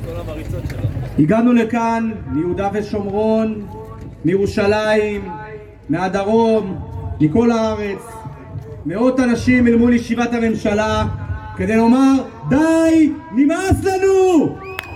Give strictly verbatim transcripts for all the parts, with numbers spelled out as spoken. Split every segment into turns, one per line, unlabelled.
הגענו לכאן מיהודה ושומרון, מירושלים, מהדרום, מכל הארץ, מאות אנשים אל מול ישיבת הממשלה כדי לומר די, נמאס לנו!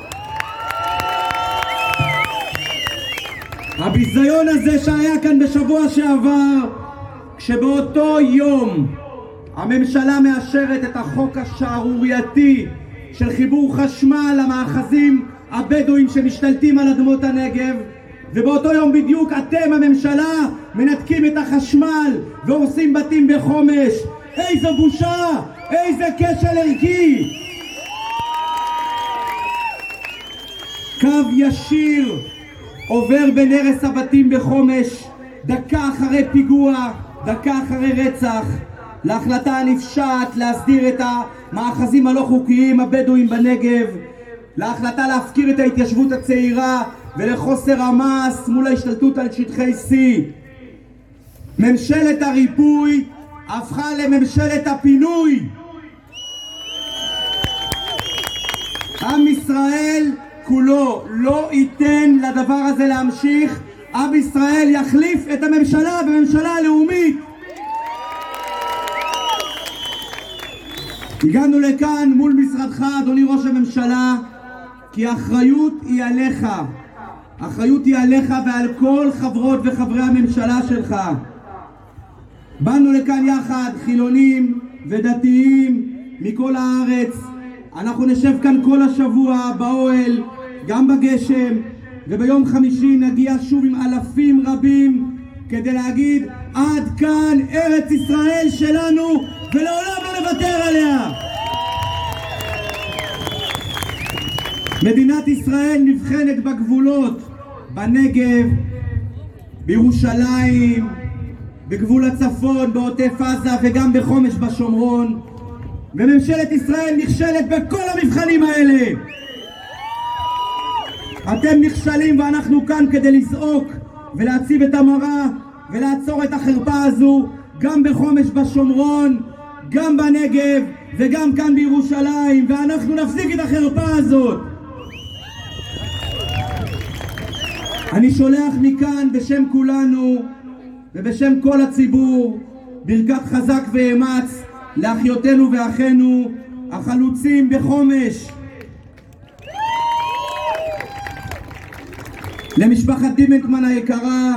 הביזיון הזה שהיה כאן בשבוע שעבר, כשבאותו יום הממשלה מאשרת את החוק השערורייתי של חיבור חשמל למאחזים הבדואים שמשתלטים על אדמות הנגב, ובאותו יום בדיוק אתם הממשלה מנתקים את החשמל והורסים בתים בחומש. איזו בושה, איזה כשל ערכי. קו ישיר עובר בין הרס הבתים בחומש, דקה אחרי פיגוע, דקה אחרי רצח, להחלטה הנפשעת להסדיר את המאחזים הלא חוקיים הבדואים בנגב, להחלטה להפקיר את ההתיישבות הצעירה ולחוסר המעש מול ההשתלטות על שטחי C. ממשלת הריפוי הפכה לממשלת הפינוי. עם ישראל כולו לא ייתן לדבר הזה להמשיך. עם ישראל יחליף את הממשלה בממשלה הלאומית. הגענו לכאן מול משרדך, אדוני ראש הממשלה, כי האחריות היא עליך. האחריות היא עליך ועל כל חברות וחברי הממשלה שלך. באנו לכאן יחד, חילונים ודתיים מכל הארץ. אנחנו נשב כאן כל השבוע באוהל, גם בגשם, וביום חמישי נגיע שוב עם אלפים רבים כדי להגיד עד כאן ארץ ישראל שלנו ולעולם לא נוותר עליה. מדינת ישראל נבחנת בגבולות, בנגב, בירושלים, בגבול הצפון, בעוטף עזה וגם בחומש בשומרון, וממשלת ישראל נכשלת בכל המבחנים האלה. אתם נכשלים ואנחנו כאן כדי לזעוק ולהציב את המראה ולעצור את החרפה הזו, גם בחומש בשומרון, גם בנגב וגם כאן בירושלים, ואנחנו נפסיק את החרפה הזאת. אני שולח מכאן בשם כולנו ובשם כל הציבור ברכת חזק ואמץ לאחיותינו ואחינו החלוצים בחומש, למשפחת דימנטמן היקרה,